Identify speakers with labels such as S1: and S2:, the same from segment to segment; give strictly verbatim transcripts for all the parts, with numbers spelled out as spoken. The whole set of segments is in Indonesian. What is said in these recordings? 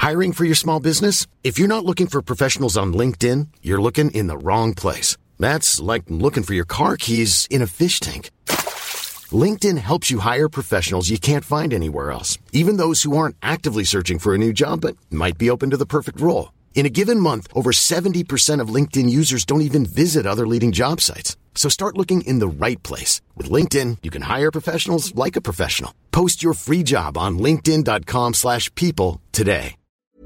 S1: Hiring for your small business? If you're not looking for professionals on LinkedIn, you're looking in the wrong place. That's like looking for your car keys in a fish tank. LinkedIn helps you hire professionals you can't find anywhere else, even those who aren't actively searching for a new job but might be open to the perfect role. In a given month, over seventy percent of LinkedIn users don't even visit other leading job sites. So start looking in the right place. With LinkedIn, you can hire professionals like a professional. Post your free job on linkedin.com slash people today.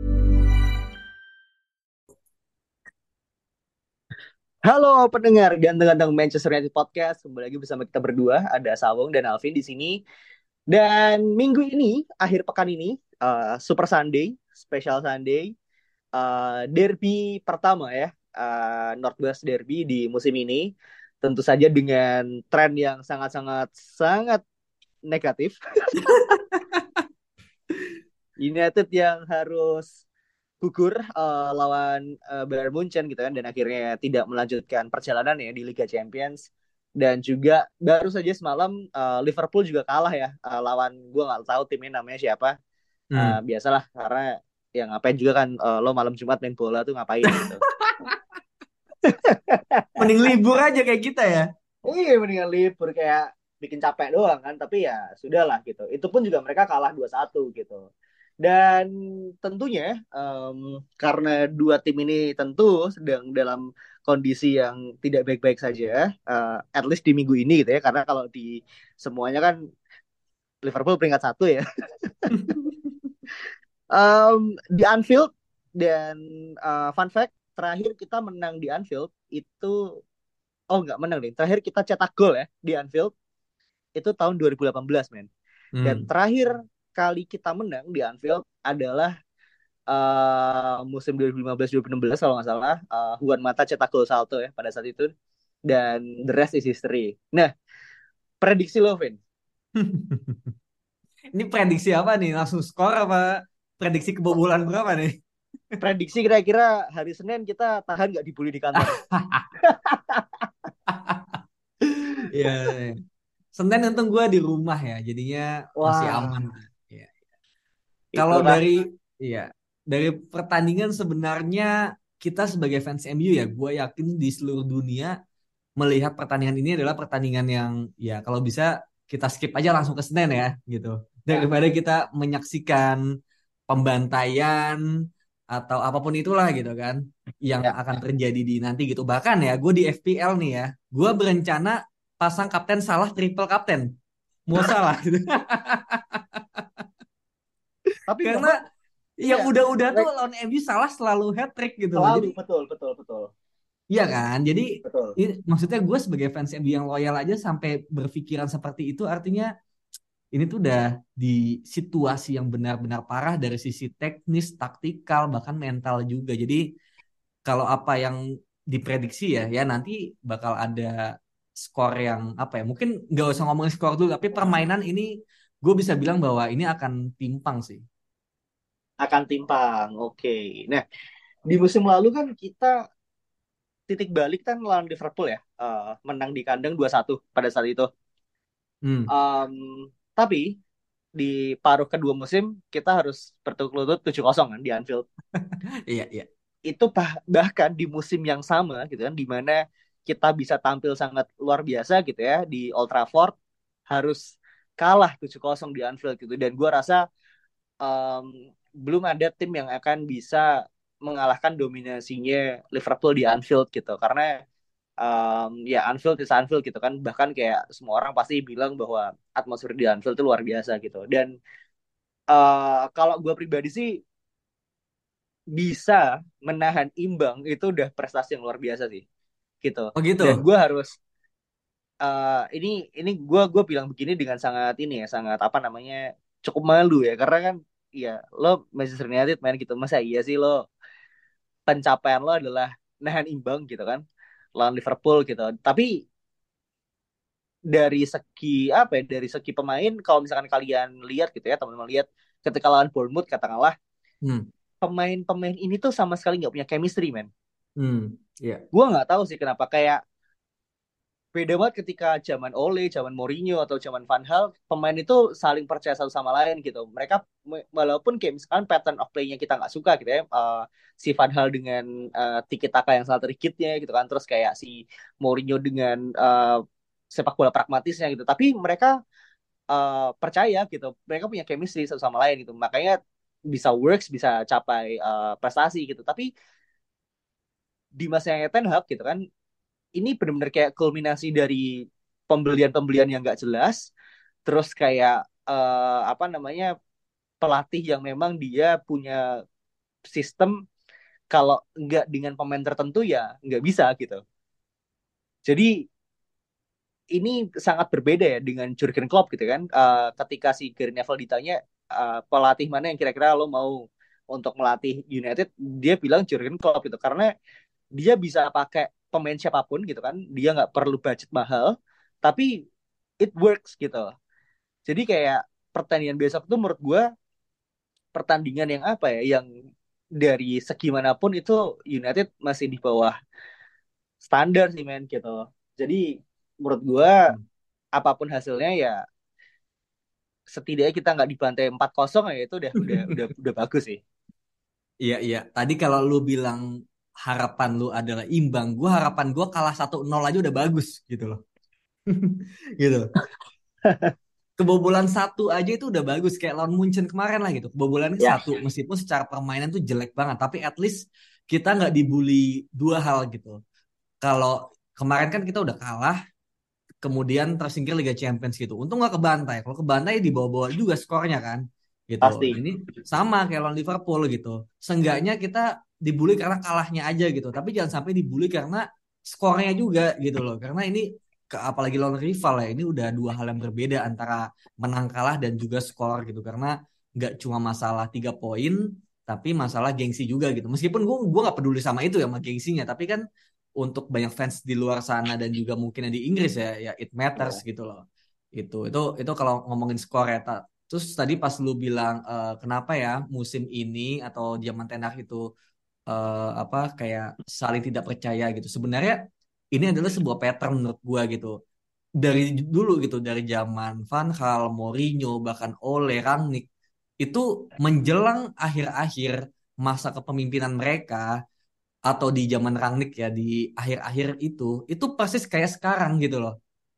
S2: Halo pendengar ganteng-ganteng Manchester United Podcast. Kembali lagi bersama kita berdua, ada Sawung dan Alvin di sini. Dan minggu ini, akhir pekan ini, uh, Super Sunday, Special Sunday, uh, derby pertama ya, uh, Northwest Derby di musim ini. Tentu saja dengan tren yang sangat-sangat sangat negatif. United yang harus gugur uh, lawan uh, Bayern Munchen gitu kan, dan akhirnya tidak melanjutkan perjalanan ya di Liga Champions. Dan juga baru saja semalam uh, Liverpool juga kalah ya uh, lawan, gue nggak tahu timnya namanya siapa. Uh,
S3: Hmm.
S2: biasalah, karena yang ngapain juga kan, uh, lo malam Jumat main bola tuh ngapain gitu.
S3: Mending libur aja kayak kita ya.
S2: Iya, mendingan libur, kayak bikin capek doang kan, tapi ya sudahlah gitu. Itu pun juga mereka kalah dua satu gitu. Dan tentunya em, karena dua tim ini tentu sedang dalam kondisi yang tidak baik-baik saja, eh, at least di minggu ini gitu ya. Karena kalau di semuanya kan Liverpool peringkat satu ya. Em, di Anfield, dan eh, fun fact, terakhir kita menang di Anfield itu, oh nggak menang nih, terakhir kita cetak gol ya di Anfield itu tahun dua ribu delapan belas, men. Dan
S3: Hmm.
S2: terakhir kali kita menang di Anfield adalah uh, musim dua ribu lima belas dua ribu enam belas kalau nggak salah. uh, Juan Mata cetak gol salto ya pada saat itu, dan the rest is history. Nah, prediksi lo, Vin?
S3: Ini prediksi apa nih? Langsung skor apa prediksi kebobolan berapa nih?
S2: Prediksi kira-kira hari Senin kita tahan nggak dibully di kantor?
S3: Ya, Senin untung gue di rumah ya, jadinya masih aman.
S2: Wah,
S3: Ya. Kalau
S2: itulah.
S3: dari iya, dari pertandingan sebenarnya kita sebagai fans M U ya, gue yakin di seluruh dunia melihat pertandingan ini adalah pertandingan yang ya kalau bisa kita skip aja langsung ke Senin ya gitu.
S2: Ya,
S3: Daripada kita menyaksikan pembantaian atau apapun itulah gitu kan yang
S2: ya.
S3: akan terjadi di nanti gitu. Bahkan ya gue di F P L nih ya, gue berencana pasang kapten Salah triple kapten. Mau Salah gitu.
S2: Tapi
S3: Karena
S2: memang
S3: yang
S2: iya,
S3: udah-udah tuh
S2: like,
S3: lawan M U Salah selalu hat trick gitu loh.
S2: selalu
S3: Jadi
S2: betul, betul, betul,
S3: iya kan? Jadi
S2: betul.
S3: ini, maksudnya gue sebagai fans M U yang loyal aja sampai berpikiran seperti itu artinya ini tuh udah di situasi yang benar-benar parah dari sisi teknis, taktikal, bahkan mental juga. Jadi kalau apa yang diprediksi ya, ya nanti bakal ada skor yang apa ya? Mungkin nggak usah ngomongin skor dulu, tapi permainan ini gue bisa bilang bahwa ini akan timpang sih.
S2: Akan timpang, oke. Nah, di musim lalu kan kita titik balik kan lawan Liverpool ya, eh, menang di kandang dua satu pada saat itu.
S3: Hmm.
S2: Em, tapi di paruh kedua musim kita harus berturut lutut tujuh kosong kan di Anfield.
S3: Iya, iya.
S2: Itu bah- bahkan di musim yang sama gitu kan, di mana kita bisa tampil sangat luar biasa gitu ya di Old Trafford, harus kalah tujuh kosong di Anfield gitu. Dan gue rasa em, belum ada tim yang akan bisa mengalahkan dominasinya Liverpool di Anfield gitu. Karena um, ya Anfield is Anfield gitu kan, bahkan kayak semua orang pasti bilang bahwa atmosfer di Anfield itu luar biasa gitu. Dan uh, kalau gue pribadi sih, bisa menahan imbang itu udah prestasi yang luar biasa sih gitu.
S3: Oh gitu.
S2: Dan gue harus uh, ini ini gue gue bilang begini dengan sangat ini ya, sangat apa namanya, cukup malu ya, karena kan ya lo Manchester United main gitu, masa iya sih lo pencapaian lo adalah nahan imbang gitu kan lawan Liverpool gitu. Tapi dari segi apa ya, dari segi pemain, kalau misalkan kalian lihat gitu ya, teman-teman lihat ketika lawan Bournemouth katakanlah,
S3: Hmm.
S2: pemain-pemain ini tuh sama sekali nggak punya chemistry, man.
S3: Hmm. Iya.
S2: Gue nggak tahu sih kenapa, kayak beda banget ketika zaman Ole, zaman Mourinho atau zaman Van Gaal, pemain itu saling percaya satu sama lain gitu. Mereka me- walaupun kayak misalkan pattern of play-nya kita nggak suka gitu ya, eh, si Van Gaal dengan eh, tiki taka yang sangat rigidnya gitu kan, terus kayak si Mourinho dengan eh, sepak bola pragmatisnya gitu. Tapi mereka eh, percaya gitu, mereka punya chemistry satu sama lain gitu. Makanya bisa works, bisa capai eh, prestasi gitu. Tapi di masanya Ten Hag gitu kan, ini benar-benar kayak kulminasi dari pembelian-pembelian yang nggak jelas, terus kayak eh, apa namanya pelatih yang memang dia punya sistem kalau nggak dengan pemain tertentu ya nggak bisa gitu. Jadi ini sangat berbeda ya dengan Jurgen Klopp gitu kan. Eh, ketika si Gary Neville ditanya eh, pelatih mana yang kira-kira lo mau untuk melatih United, dia bilang Jurgen Klopp gitu karena dia bisa pakai pemain siapapun gitu kan, dia nggak perlu budget mahal, tapi it works gitu. Jadi kayak pertandingan besok tuh menurut gue pertandingan yang apa ya, yang dari segi manapun itu United masih di bawah standar sih men gitu. Jadi menurut gue apapun hasilnya ya setidaknya kita nggak dibantai empat kosong ya itu udah udah udah udah bagus sih.
S3: Iya, iya. Tadi kalau lu bilang harapan lu adalah imbang, gua harapan gua kalah satu nol aja udah bagus gitu loh. Gitu. Kebobolan satu aja itu udah bagus kayak lawan Munchen kemarin lah gitu. Kebobolannya
S2: Ya,
S3: satu meskipun secara permainan tuh jelek banget, tapi at least kita nggak dibully dua hal gitu. Kalau kemarin kan kita udah kalah, kemudian tersingkir Liga Champions gitu. Untung nggak kebantai. Kalau kebantai di bawah-bawah juga skornya kan, gitu. Nah
S2: pasti.
S3: ini sama kayak lawan Liverpool gitu. Seenggaknya kita dibully karena kalahnya aja gitu. Tapi jangan sampai dibully karena skornya juga gitu loh. Karena ini ke- apalagi lawan rival ya, ini udah dua hal yang berbeda antara menang kalah dan juga skor gitu. Karena nggak cuma masalah tiga poin, tapi masalah gengsi juga gitu. Meskipun gue gue nggak peduli sama itu ya, sama gengsinya. Tapi kan untuk banyak fans di luar sana dan juga mungkin di Inggris ya, ya it matters
S2: Ya.
S3: gitu loh. Itu itu itu kalau ngomongin skor ya. Ta. Terus tadi pas lu bilang eh, kenapa ya musim ini atau zaman Ten Hag itu eh, apa kayak saling tidak percaya gitu. Sebenarnya ini adalah sebuah pattern menurut gua gitu. Dari dulu gitu, dari zaman Van Gaal, Mourinho, bahkan Ole, Rangnick itu menjelang akhir-akhir masa kepemimpinan mereka atau di zaman Rangnick ya di akhir-akhir itu itu persis kayak sekarang gitu loh.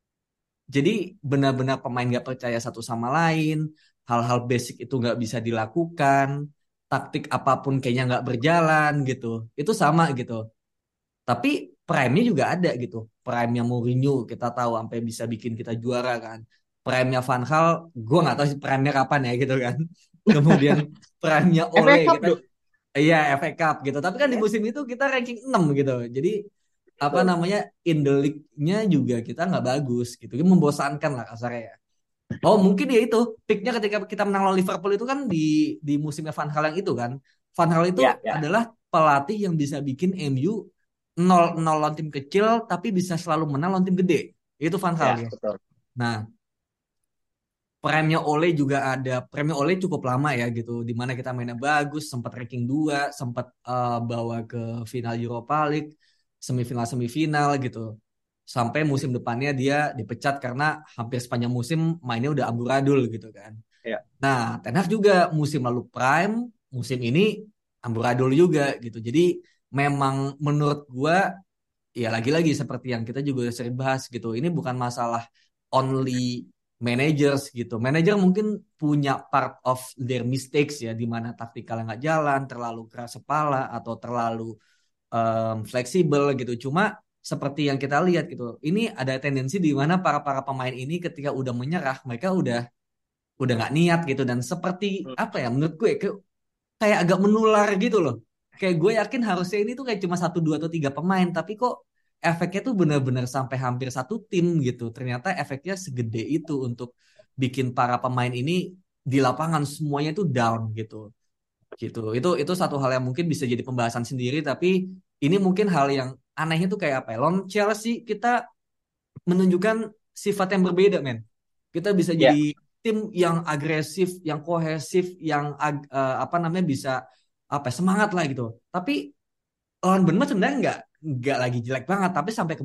S3: Jadi benar-benar pemain nggak percaya satu sama lain, hal-hal basic itu nggak bisa dilakukan, taktik apapun kayaknya nggak berjalan gitu. Itu sama gitu. Tapi prime-nya juga ada gitu. Prime-nya Mourinho kita tahu sampai bisa bikin kita juara kan. Prime-nya Van Gaal, gue nggak tahu sih prime-nya kapan ya gitu kan. Kemudian prime-nya Ole
S2: F A Cup
S3: kita
S2: dong.
S3: iya F A Cup gitu. Tapi kan di
S2: Iya.
S3: musim itu kita ranking enam gitu. Jadi apa
S2: Betul.
S3: namanya in the league-nya juga kita nggak bagus gitu. Ini membosankan lah kasarnya ya. Oh mungkin ya itu peaknya ketika kita menang lawan Liverpool itu kan di di musimnya Van Gaal yang itu kan. Van Gaal itu
S2: Ya, ya.
S3: adalah pelatih yang bisa bikin M U nol nol lawan tim kecil tapi bisa selalu menang lawan tim gede. Itu Van Gaal
S2: Ya,
S3: ya.
S2: betul.
S3: Nah, prime-nya Ole juga ada. Prime-nya Ole cukup lama ya gitu. Di mana kita mainnya bagus, sempat ranking dua, sempat eh, bawa ke final Europa League, semifinal semifinal gitu. Sampai musim depannya dia dipecat karena hampir sepanjang musim mainnya udah amburadul gitu kan.
S2: Ya.
S3: Nah, Ten Hag juga musim lalu prime, musim ini amburadul juga gitu. Jadi memang menurut gua ya lagi-lagi seperti yang kita juga sering bahas gitu. Ini bukan masalah only managers gitu. Manager mungkin punya part of their mistakes ya, di mana taktikalnya nggak jalan, terlalu keras kepala atau terlalu um, fleksibel gitu. Cuma seperti yang kita lihat gitu, ini ada tendensi di mana para para pemain ini ketika udah menyerah, mereka udah udah nggak niat gitu dan seperti
S2: Hmm.
S3: apa ya menurut gue kayak, kayak agak menular gitu loh. Kayak gue yakin harusnya ini tuh kayak cuma satu dua atau tiga pemain, tapi kok efeknya tuh benar-benar sampai hampir satu tim gitu. Ternyata efeknya segede itu untuk bikin para pemain ini di lapangan semuanya tuh down gitu. Gitu. Itu itu satu hal yang mungkin bisa jadi pembahasan sendiri, tapi ini mungkin hal yang anehnya tuh kayak apa ya? Lawan Chelsea kita menunjukkan sifat yang berbeda, men. Kita bisa
S2: Ya.
S3: jadi tim yang agresif, yang kohesif, yang ag- eh, apa namanya bisa apa ya, semangat lah gitu. Tapi lawan Bournemouth sebenarnya nggak nggak lagi jelek banget, tapi sampai kebo-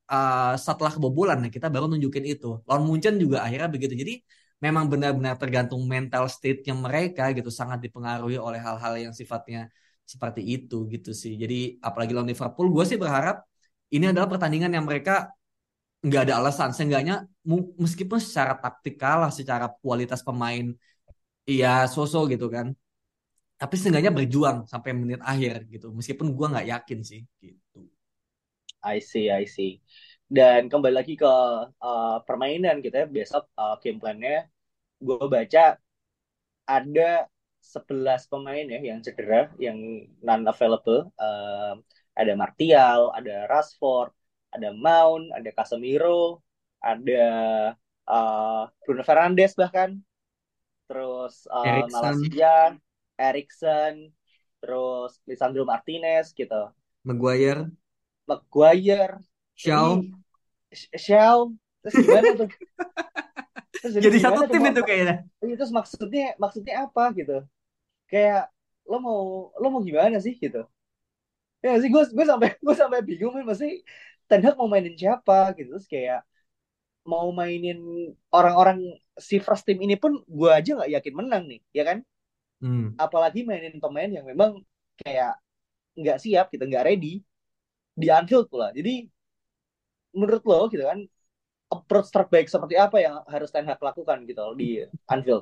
S3: uh, setelah kebobolan nah kita baru nunjukin itu. Lawan Munchen juga akhirnya begitu. Jadi memang benar-benar tergantung mental state-nya mereka gitu, sangat dipengaruhi oleh hal-hal yang sifatnya seperti itu gitu sih. Jadi apalagi lawan Liverpool, gue sih berharap ini adalah pertandingan yang mereka nggak ada alasan. Seenggaknya meskipun secara taktik kalah, secara kualitas pemain iya so-so gitu kan. Tapi seenggaknya berjuang sampai menit akhir gitu. Meskipun gue nggak yakin sih gitu.
S2: I see, I see. Dan kembali lagi ke uh, permainan gitu ya. Besok uh, game plan-nya gue baca ada sebelas pemain ya yang cedera, yang non-available. Um, ada Martial, ada Rashford, ada Mount, ada Casemiro, ada uh, Bruno Fernandes bahkan, terus uh,
S3: Erikson,
S2: Malaysia, Erikson, terus Lisandro Martinez gitu.
S3: Maguire,
S2: Maguire, ini
S3: Shaw.
S2: Shell, terus gimana tuh? Terus jadi
S3: Jadi satu
S2: gimana tuh?
S3: tim
S2: Mau,
S3: itu kayaknya.
S2: terus maksudnya maksudnya apa gitu? Kayak lo mau lo mau gimana sih gitu? Ya nggak sih, gue gue sampai gue sampai bingung nih, masih Ten Hag mau mainin siapa gitu. Terus kayak mau mainin orang-orang si first team ini pun gue aja nggak yakin menang nih, ya kan?
S3: Hmm.
S2: Apalagi mainin pemain yang memang kayak nggak siap gitu, nggak ready di Anfield pula. Jadi menurut lo gitu kan, approach terbaik seperti apa yang harus Ten Hag lakukan gitu loh di Anfield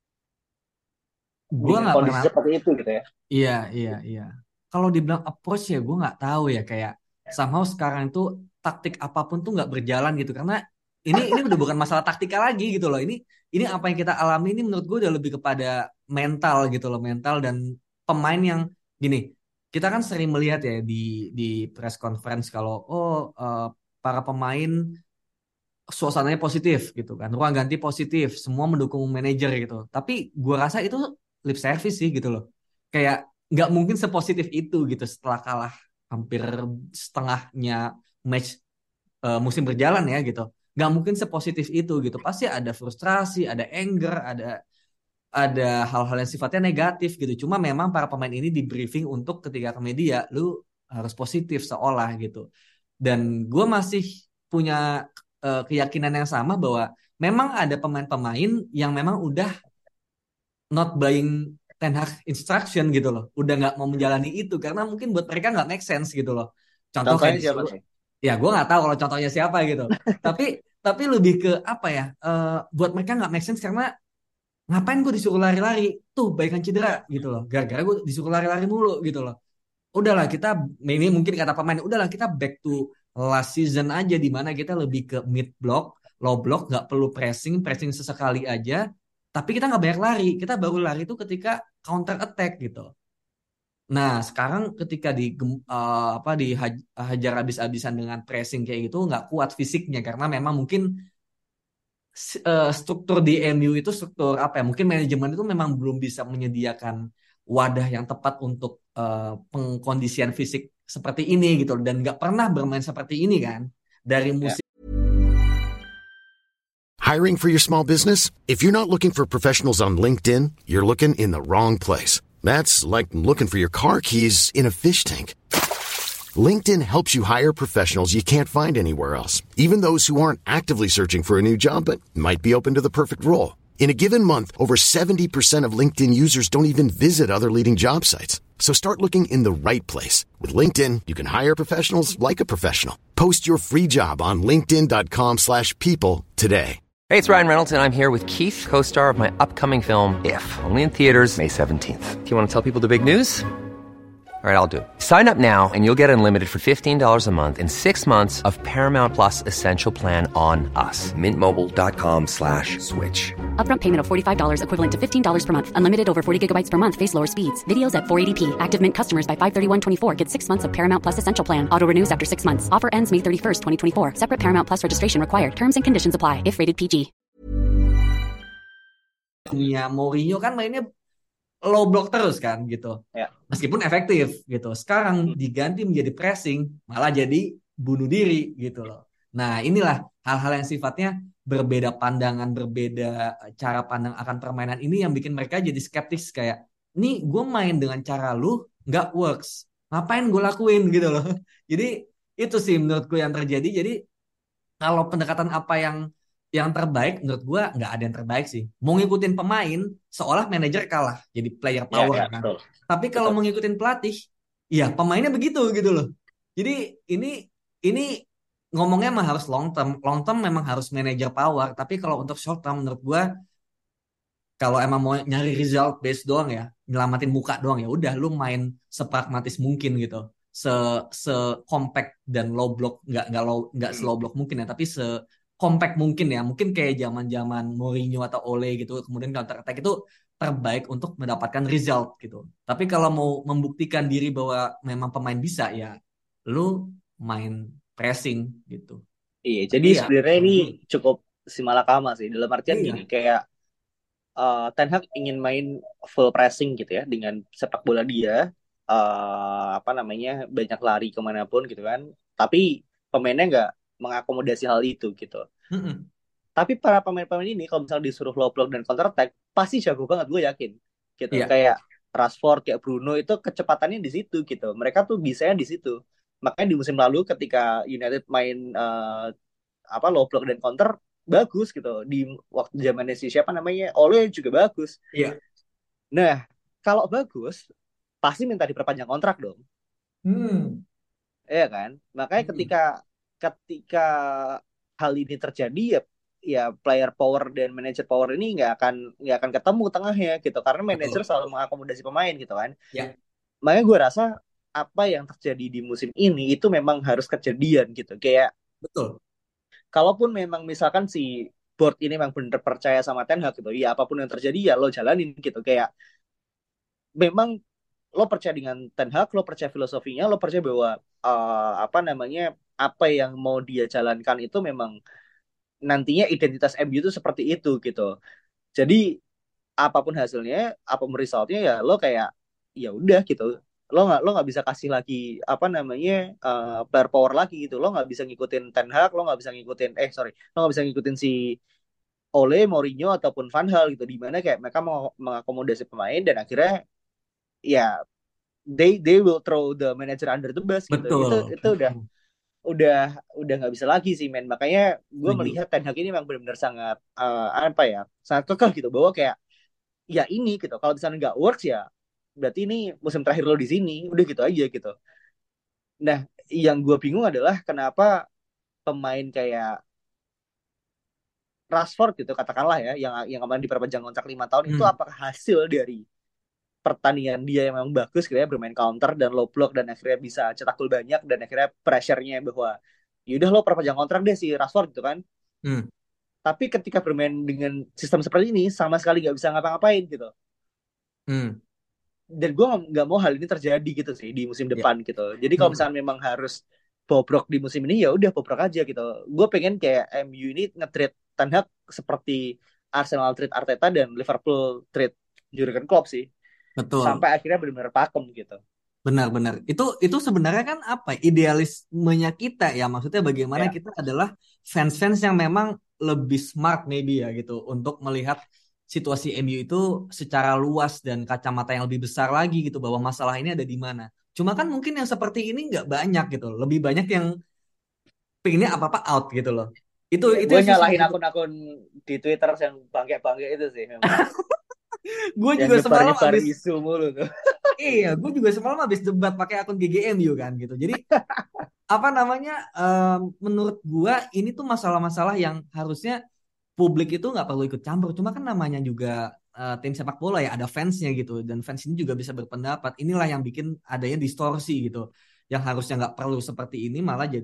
S3: Gue
S2: dengan
S3: nggak
S2: kondisi
S3: pernah.
S2: seperti itu gitu ya?
S3: Iya, iya, iya. Kalau dibilang approach ya gue nggak tahu ya, kayak somehow sekarang itu taktik apapun tuh nggak berjalan gitu karena ini ini udah bukan masalah taktikal lagi gitu loh. Ini ini apa yang kita alami ini menurut gue udah lebih kepada mental gitu loh, mental dan pemain yang gini. Kita kan sering melihat ya di di press conference kalau oh eh, para pemain suasananya positif gitu kan, ruang ganti positif, semua mendukung manajer gitu. Tapi gue rasa itu lip service sih gitu loh. Kayak nggak mungkin sepositif itu gitu setelah kalah hampir setengahnya match eh, musim berjalan ya gitu. Nggak mungkin sepositif itu gitu. Pasti ada frustrasi, ada anger, ada ada hal-hal yang sifatnya negatif gitu. Cuma memang para pemain ini di briefing untuk ketika ke media, lu harus positif seolah gitu. Dan gue masih punya eh, keyakinan yang sama bahwa memang ada pemain-pemain yang memang udah not buying Ten Hag instruction gitu loh. Udah nggak mau menjalani itu karena mungkin buat mereka nggak make sense gitu loh. Contoh kayak
S2: Contohnya siapa
S3: disuruh,
S2: nih?
S3: ya gue nggak tahu kalau contohnya siapa gitu. Tapi tapi lebih ke apa ya? eh, buat mereka nggak make sense karena ngapain gue disuruh lari-lari? Tuh baikan cedera gitu loh. Gara-gara gue disuruh lari-lari mulu gitu loh. Udahlah kita ini mungkin kata pemain udahlah kita back to last season aja di mana kita lebih ke mid block, low block, nggak perlu pressing, pressing sesekali aja. Tapi kita nggak banyak lari. Kita baru lari itu ketika counter attack gitu. Nah sekarang ketika di eh, apa dihajar habis-habisan dengan pressing kayak gitu nggak kuat fisiknya karena memang mungkin eh, struktur di M U itu struktur apa ya? Mungkin manajemen itu memang belum bisa menyediakan wadah yang tepat untuk eh, pengkondisian fisik seperti ini gitu dan nggak pernah bermain seperti ini kan dari
S2: Ya.
S3: musim.
S1: Hiring for your small business? If you're not looking for professionals on LinkedIn, you're looking in the wrong place. That's like looking for your car keys in a fish tank. LinkedIn helps you hire professionals you can't find anywhere else, even those who aren't actively searching for a new job but might be open to the perfect role. In a given month, over seventy percent of LinkedIn users don't even visit other leading job sites. So start looking in the right place. With LinkedIn, you can hire professionals like a professional. Post your free job on linkedin.com slash people today.
S4: Hey, it's Ryan Reynolds, and I'm here with Keith, co-star of my upcoming film, If, only in theaters May seventeenth. Do you want to tell people the big news? All right, I'll do it. Sign up now and you'll get unlimited for fifteen dollars a month and six months of Paramount Plus Essential Plan on us. Mintmobile.com slash switch.
S5: Upfront payment of forty-five dollars equivalent to fifteen dollars per month. Unlimited over forty gigabytes per month. Face lower speeds. Videos at four eighty p. Active Mint customers by five thirty-one twenty-four get six months of Paramount Plus Essential Plan. Auto renews after six months. Offer ends May thirty-first, twenty twenty-four. Separate Paramount Plus registration required. Terms and conditions apply if rated P G.
S3: Mourinho kan mainnya low block terus kan gitu.
S2: Ya.
S3: Meskipun efektif gitu. Sekarang diganti menjadi pressing, malah jadi bunuh diri gitu loh. Nah, inilah hal-hal yang sifatnya berbeda pandangan, berbeda cara pandang akan permainan ini yang bikin mereka jadi skeptis kayak, nih gue main dengan cara lu nggak works. Ngapain gue lakuin gitu loh. Jadi itu sih menurutku yang terjadi. Jadi kalau pendekatan apa yang yang terbaik menurut gua nggak ada yang terbaik sih. Mau ngikutin pemain seolah manajer kalah jadi player
S2: Ya,
S3: power
S2: ya,
S3: kan.
S2: betul.
S3: Tapi kalau
S2: Betul.
S3: mau ngikutin pelatih, ya pemainnya begitu gitu loh. Jadi ini ini ngomongnya mah harus long term. Long term memang harus manajer power. Tapi kalau untuk short term menurut gua kalau emang mau nyari result base doang ya, nyelamatin muka doang ya udah lu main sepragmatis mungkin gitu. Se se compact dan low block nggak nggak low nggak
S2: Hmm.
S3: slow block mungkin ya, tapi se compact mungkin ya. Mungkin kayak zaman-zaman Mourinho atau Ole gitu, kemudian counter attack itu terbaik untuk mendapatkan result gitu. Tapi kalau mau membuktikan diri bahwa memang pemain bisa ya lu main pressing gitu.
S2: Iya,
S3: Tapi
S2: jadi
S3: ya
S2: sebenarnya ini
S3: hmm,
S2: cukup simalakama sih. Dalam artian gini,
S3: iya,
S2: kayak eh, Ten Hag ingin main full pressing gitu ya dengan sepak bola dia, eh, apa namanya, banyak lari kemanapun gitu kan. Tapi pemainnya nggak mengakomodasi hal itu gitu.
S3: mm-mm.
S2: Tapi para pemain-pemain ini kalau misalnya disuruh low block dan counter attack pasti jago banget, gue yakin gitu.
S3: Iya,
S2: Kayak Rashford, kayak Bruno itu kecepatannya di situ gitu. Mereka tuh bisanya di situ. Makanya di musim lalu ketika United main eh, apa low block dan counter bagus gitu. Di waktu zamannya si siapa namanya Ole juga bagus.
S3: iya.
S2: Nah, kalau bagus pasti minta diperpanjang kontrak dong.
S3: Hmm.
S2: Iya kan? Makanya
S3: Hmm.
S2: ketika ketika hal ini terjadi ya ya player power dan manager power ini nggak akan nggak akan ketemu tengahnya gitu karena manajer
S3: Betul.
S2: selalu mengakomodasi pemain gitu kan.
S3: Ya,
S2: Makanya gue rasa apa yang terjadi di musim ini itu memang harus kejadian gitu. Kayak
S3: betul.
S2: kalaupun memang misalkan si board ini memang bener percaya sama Ten Hag gitu, ya apapun yang terjadi ya lo jalanin gitu. Kayak memang lo percaya dengan Ten Hag, lo percaya filosofinya, lo percaya bahwa uh, apa namanya apa yang mau dia jalankan itu memang nantinya identitas M U itu seperti itu gitu. Jadi apapun hasilnya, apapun resultnya ya lo kayak ya udah gitu. Lo nggak lo nggak bisa kasih lagi apa namanya uh, player power lagi gitu. Lo nggak bisa ngikutin Ten Hag, lo nggak bisa ngikutin eh sorry, lo nggak bisa ngikutin si Ole, Mourinho ataupun Van Hal gitu. Di mana kayak mereka mau mengakomodasi pemain dan akhirnya ya they they will throw the manager under the bus gitu. Itu
S3: Betul.
S2: itu udah udah udah nggak bisa lagi sih men. Makanya gue
S3: Setuju.
S2: melihat Ten Hag ini memang benar-benar sangat eh, apa ya sangat kekeh gitu bahwa kayak ya ini gitu kalau misalnya nggak works ya berarti ini musim terakhir lo di sini udah gitu aja gitu. Nah yang gue bingung adalah kenapa pemain kayak Rashford gitu katakanlah ya yang yang kemarin diperpanjang kontrak lima tahun itu
S3: Hmm.
S2: apakah hasil dari pertandingan dia yang memang bagus gitu ya bermain counter dan low block dan akhirnya bisa cetak gol banyak dan akhirnya pressure-nya bahwa yaudah lo perpanjang kontrak deh si Rashford gitu kan.
S3: Hmm.
S2: Tapi ketika bermain dengan sistem seperti ini sama sekali nggak bisa ngapa-ngapain gitu.
S3: Hmm.
S2: Dan gue nggak mau hal ini terjadi gitu sih di musim
S3: Ya.
S2: depan gitu. Jadi kalau
S3: Hmm.
S2: misalnya memang harus bobrok di musim ini ya udah bobrok aja gitu. Gue pengen kayak M U ini nge-treat Ten Hag seperti Arsenal treat Arteta dan Liverpool treat Jurgen Klopp sih.
S3: Betul.
S2: Sampai akhirnya benar-benar pakem gitu.
S3: Benar-benar. Itu itu sebenarnya kan apa? Idealismenya kita ya. Maksudnya bagaimana
S2: Ya,
S3: kita adalah fans-fans yang memang lebih smart maybe ya gitu untuk melihat situasi M U itu secara luas dan kacamata yang lebih besar lagi gitu bahwa masalah ini ada di mana. Cuma kan mungkin yang seperti ini nggak banyak gitu. Lebih banyak yang pengennya apa-apa out gitu loh. Itu
S2: ya
S3: itu
S2: gue
S3: yang susah
S2: nyalahin
S3: gitu.
S2: akun-akun di Twitter yang bangke-bangke itu sih memang.
S3: Gue
S2: Yang
S3: juga semalam
S2: nyebar-nyebar
S3: abis
S2: isu mulu tuh.
S3: iya, gue juga semalam habis debat pakai akun G G M U kan gitu. Jadi apa namanya? em, menurut gue ini tuh masalah-masalah yang harusnya publik itu nggak perlu ikut campur. Cuma kan namanya juga eh, tim sepak bola ya ada fansnya gitu dan fans ini juga bisa berpendapat. Inilah yang bikin adanya distorsi gitu. Yang harusnya nggak perlu seperti ini malah jadi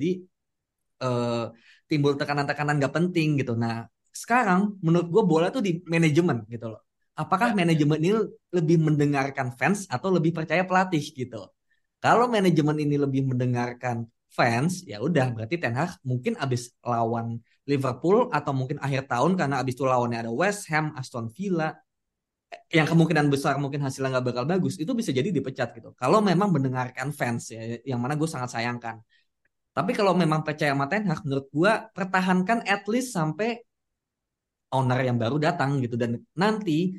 S3: eh, timbul tekanan-tekanan nggak penting gitu. Nah sekarang menurut gue bola tuh di manajemen gitu loh. Apakah
S2: Ya, ya.
S3: manajemen ini lebih mendengarkan fans atau lebih percaya pelatih gitu? Kalau manajemen ini lebih mendengarkan fans, ya udah berarti Ten Hag mungkin abis lawan Liverpool atau mungkin akhir tahun karena abis itu lawannya ada West Ham, Aston Villa, yang kemungkinan besar mungkin hasilnya nggak bakal bagus, itu bisa jadi dipecat gitu. Kalau memang mendengarkan fans ya, yang mana gue sangat sayangkan. Tapi kalau memang percaya sama Ten Hag, menurut gue pertahankan at least sampai owner yang baru datang gitu dan nanti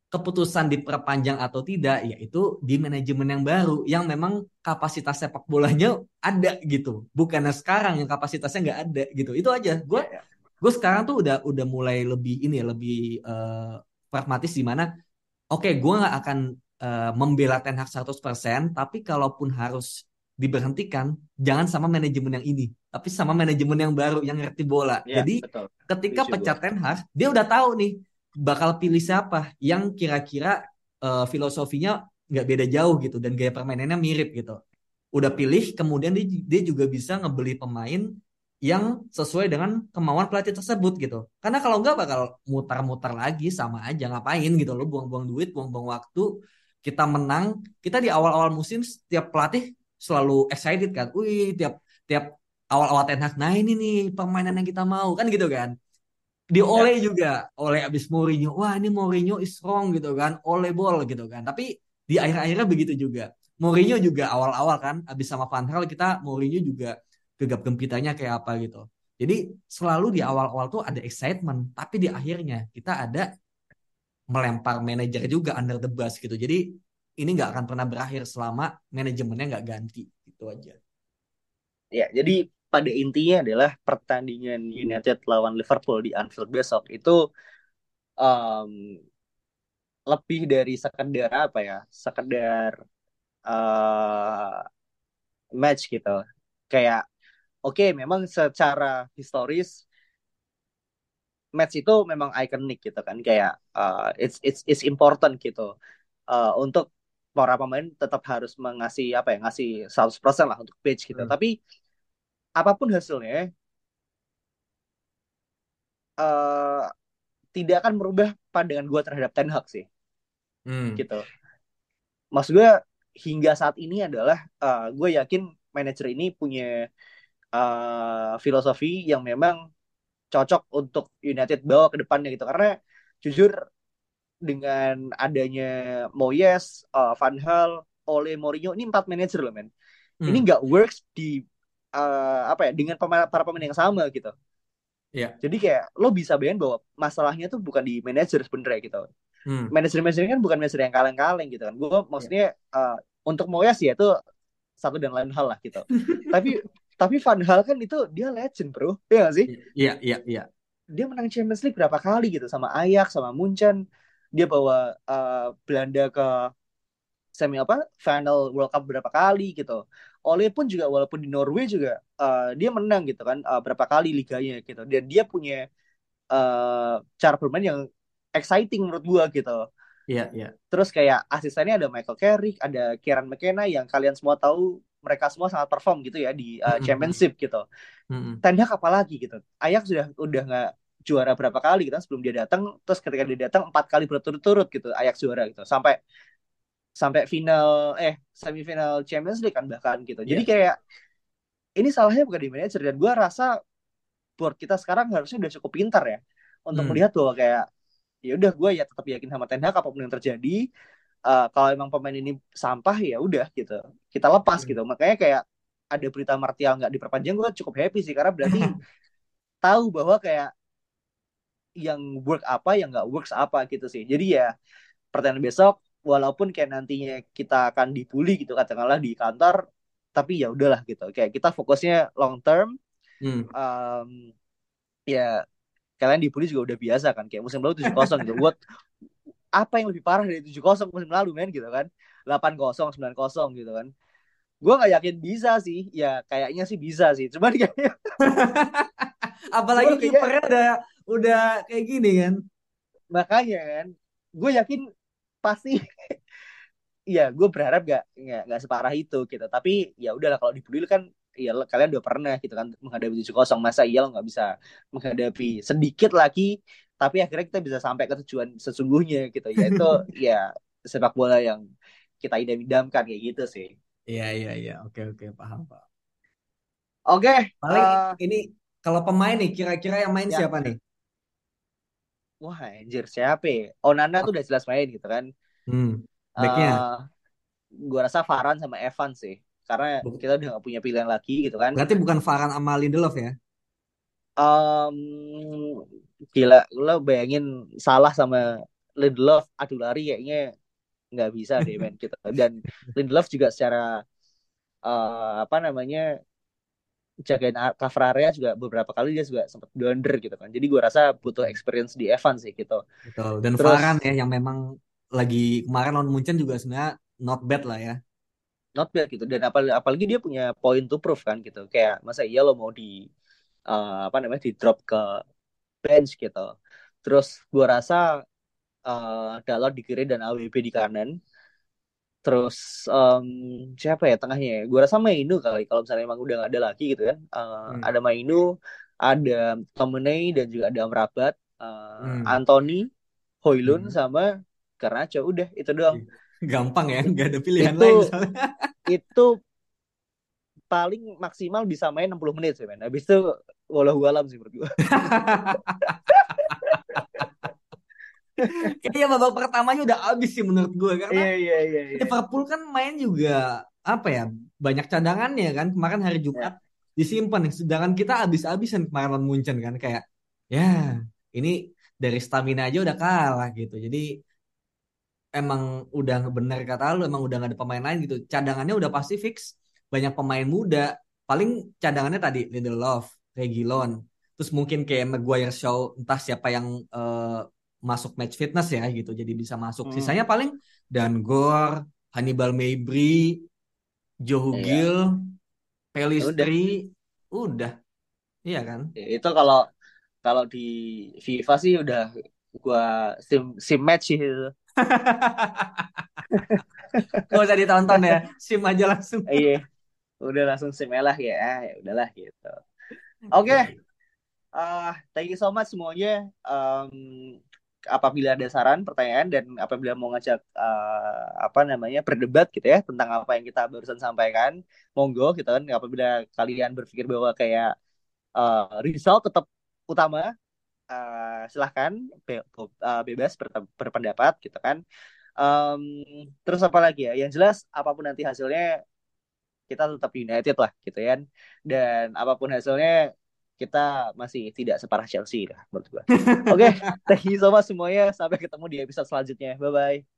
S3: keputusan diperpanjang atau tidak, yaitu di manajemen yang baru yang memang kapasitas sepak bolanya ada gitu. Bukannya sekarang yang kapasitasnya nggak ada gitu. Itu aja. Gue
S2: Iya, iya.
S3: gue sekarang tuh udah udah mulai lebih ini ya, lebih eh, pragmatis di mana oke, gue nggak akan eh, membela Ten Hag seratus persen, tapi kalaupun harus diberhentikan, jangan sama manajemen yang ini, tapi sama manajemen yang baru yang ngerti bola.
S2: Iya,
S3: Jadi
S2: betul.
S3: ketika
S2: Setuju gue.
S3: pecat Ten Hag, dia udah tahu nih bakal pilih siapa yang kira-kira eh, filosofinya nggak beda jauh gitu dan gaya permainannya mirip gitu. Udah pilih, kemudian dia, dia juga bisa ngebeli pemain yang sesuai dengan kemauan pelatih tersebut gitu. Karena kalau nggak bakal mutar-mutar lagi sama aja ngapain gitu loh, buang-buang duit, buang-buang waktu. Kita menang, kita di awal-awal musim setiap pelatih selalu excited kan. Wih, tiap tiap awal-awal Ten Hag, nah ini nih permainan yang kita mau kan gitu kan. Di
S2: Ya,
S3: Ole juga, Ole abis Mourinho, wah ini Mourinho is wrong gitu kan, Ole ball gitu kan. Tapi di akhir-akhirnya begitu juga. Mourinho juga awal-awal kan, abis sama Van Gaal kita Mourinho juga gegap gempitanya kayak apa gitu. Jadi selalu di awal-awal tuh ada excitement, tapi di akhirnya kita ada melempar manajer juga under the bus gitu. Jadi ini nggak akan pernah berakhir selama manajemennya nggak ganti gitu aja.
S2: ya. Jadi pada intinya adalah pertandingan United lawan Liverpool di Anfield besok itu em, lebih dari sekedar apa ya, sekedar eh, match gitu. Kayak oke, memang secara historis match itu memang ikonik gitu kan, kayak uh, it's it's it's important gitu. Uh, untuk para pemain tetap harus mengasih apa ya, ngasih seratus persen lah untuk pitch gitu.
S3: Hmm.
S2: Tapi apapun hasilnya uh, tidak akan merubah pandangan gue terhadap Ten Hag sih
S3: Hmm.
S2: gitu. Maksud gue hingga saat ini adalah uh, gue yakin manajer ini punya uh, filosofi yang memang cocok untuk United bawa ke depannya gitu. Karena jujur dengan adanya Moyes, uh, Van Gaal, Ole, Mourinho, ini empat manajer loh men. Ini
S3: Hmm.
S2: nggak works di uh, apa ya, dengan pemain, para pemain yang sama gitu.
S3: Ya.
S2: Jadi kayak lo bisa bayangin bahwa masalahnya tuh bukan di manajer sebenarnya gitu.
S3: Hmm.
S2: Manajer-manajer kan bukan manajer yang kaleng-kaleng gitu kan. Gue
S3: Ya.
S2: maksudnya uh, untuk Moyes ya itu satu dan lain hal lah gitu. Tapi tapi Van Gaal kan itu dia legend bro, ya nggak sih?
S3: Iya, iya, iya.
S2: Dia menang Champions League berapa kali gitu sama Ajax, sama Munchen. Dia bawa uh, Belanda ke semi apa final World Cup berapa kali gitu. Ole pun juga walaupun di Norway juga uh, dia menang gitu kan uh, berapa kali liganya gitu. Dan dia punya uh, cara bermain yang exciting menurut gua gitu.
S3: Iya, iya.
S2: Terus kayak asistennya ada Michael Carrick, ada Kieran McKenna yang kalian semua tahu mereka semua sangat perform gitu ya di uh,
S3: Mm-mm.
S2: Championship gitu.
S3: Mm-mm.
S2: Ten Hag apalagi gitu. Ajax sudah udah nggak juara berapa kali gitu kan sebelum dia datang. Terus ketika dia datang empat kali berturut-turut gitu Ajax juara gitu. Sampai sampai final eh semifinal Champions League kan bahkan gitu. Jadi
S3: Iya.
S2: kayak ini salahnya bukan di manajer dan gue rasa board kita sekarang harusnya udah cukup pintar ya untuk
S3: Hmm.
S2: melihat bahwa kayak ya udah gue ya tetap yakin sama Ten Hag apapun yang terjadi. Uh, kalau emang pemain ini sampah ya udah gitu kita lepas
S3: Hmm.
S2: gitu. Makanya kayak ada berita Martial nggak diperpanjang gue cukup happy sih karena berarti tahu bahwa kayak yang work apa yang nggak works apa gitu sih. Jadi ya pertandingan besok walaupun kayak nantinya kita akan dibully gitu katakanlah di kantor, tapi ya udahlah gitu. Kayak kita fokusnya long term.
S3: Hmm.
S2: Um, ya kalian dibully juga udah biasa kan. Kayak musim lalu tujuh kosong gitu. Buat apa yang lebih parah dari tujuh kosong musim lalu men gitu kan. delapan kosong, sembilan kosong gitu kan. Gue nggak yakin bisa sih. Ya kayaknya sih bisa sih. Cuman kayaknya
S3: Apalagi
S2: cuman kayaknya
S3: kipernya udah udah kayak gini kan.
S2: makanya kan gue yakin pasti. Iya, gue berharap gak nggak nggak separah itu gitu. Tapi ya udahlah kalau dibully kan, ya kalian udah pernah gitu kan menghadapi tujuh kosong masa iya lo nggak bisa menghadapi sedikit lagi, tapi akhirnya kita bisa sampai ke tujuan sesungguhnya gitu. Yaitu ya sepak bola yang kita idam-idamkan kayak gitu sih.
S3: Iya, iya, iya. Oke, oke, paham, Pak.
S2: Oke,
S3: Paling
S2: eh
S3: ini kalau pemain nih kira-kira yang main
S2: ya,
S3: siapa nih?
S2: wah anjir siapa ya? Onana tuh udah jelas main gitu kan.
S3: Hmm. Backnya
S2: eh gue rasa Varane sama Evan sih, karena
S3: Bu-
S2: kita udah nggak punya pilihan lagi gitu kan.
S3: berarti bukan Varane sama Lindelof ya?
S2: Um, gila, lo bayangin Salah sama Lindelof adu lari kayaknya nggak bisa deh men gitu. Dan Lindelof juga secara uh, apa namanya jagain cover area juga beberapa kali dia juga sempat blunder gitu kan. Jadi gue rasa butuh experience di Evans sih gitu.
S3: Betul. Dan
S2: Terus
S3: Varane ya yang memang lagi kemarin lawan Munchen juga sebenarnya not bad lah ya.
S2: not bad gitu. Dan apalagi, apalagi dia punya point to prove kan gitu. Kayak masa iya lo mau di uh, apa namanya di drop ke bench gitu. Terus gue rasa uh, Dalot di kiri dan A W B di kanan. Terus em, siapa ya tengahnya ya? Gue rasa Mainu kali kalau misalnya emang udah gak ada lagi gitu kan. Eh,
S3: Hmm.
S2: ada Mainu, ada Tomenei dan juga ada Amrabat, eh,
S3: Hmm.
S2: Anthony, Hoylund
S3: Hmm.
S2: sama Garnacho. Udah itu doang.
S3: Gampang ya, nggak ada pilihan
S2: Itu
S3: lain soalnya.
S2: itu paling maksimal bisa main enam puluh menit sih men. Habis itu walau alam sih menurut gue.
S3: Kayaknya babak pertamanya udah habis sih menurut gue karena
S2: Iya iya iya iya.
S3: Liverpool kan main juga apa ya banyak cadangannya kan kemarin hari Jumat
S2: Ya.
S3: disimpan nih sedangkan kita habis-habisan kemarin lawan Munchen kan kayak ya ini dari stamina aja udah kalah gitu jadi emang udah bener kata lu emang udah gak ada pemain lain gitu cadangannya udah pasti fix banyak pemain muda paling cadangannya tadi Lindelof, Reguilon terus mungkin kayak Maguire Shaw entah siapa yang eh, masuk match fitness ya gitu jadi bisa masuk
S2: Hmm.
S3: sisanya paling Dangor, Hannibal Mejbri, Joe
S2: Iya.
S3: Hugil,
S2: Ya udah.
S3: Pelistri udah iya kan.
S2: Ya, itu kalau kalau di FIFA sih udah gua sim sim match sih itu.
S3: Gak usah ditonton ya sim aja langsung.
S2: Iya, udah langsung sim lah ya. Ah, ya udahlah gitu. Oke, ah thank you so much semuanya. Em, apabila ada saran, pertanyaan dan apabila mau ngajak eh, apa namanya berdebat gitu ya tentang apa yang kita barusan sampaikan, monggo gitu kan. Apabila kalian berpikir bahwa kayak eh, result tetap utama, eh, silahkan be- eh, bebas ber- berpendapat gitu kan. Em, terus apa lagi ya? Yang jelas apapun nanti hasilnya kita tetap United lah gitu ya. Dan apapun hasilnya kita masih tidak separah Chelsea lah menurut gua. Oke, thank you so much semuanya. Sampai ketemu di episode selanjutnya. Bye bye.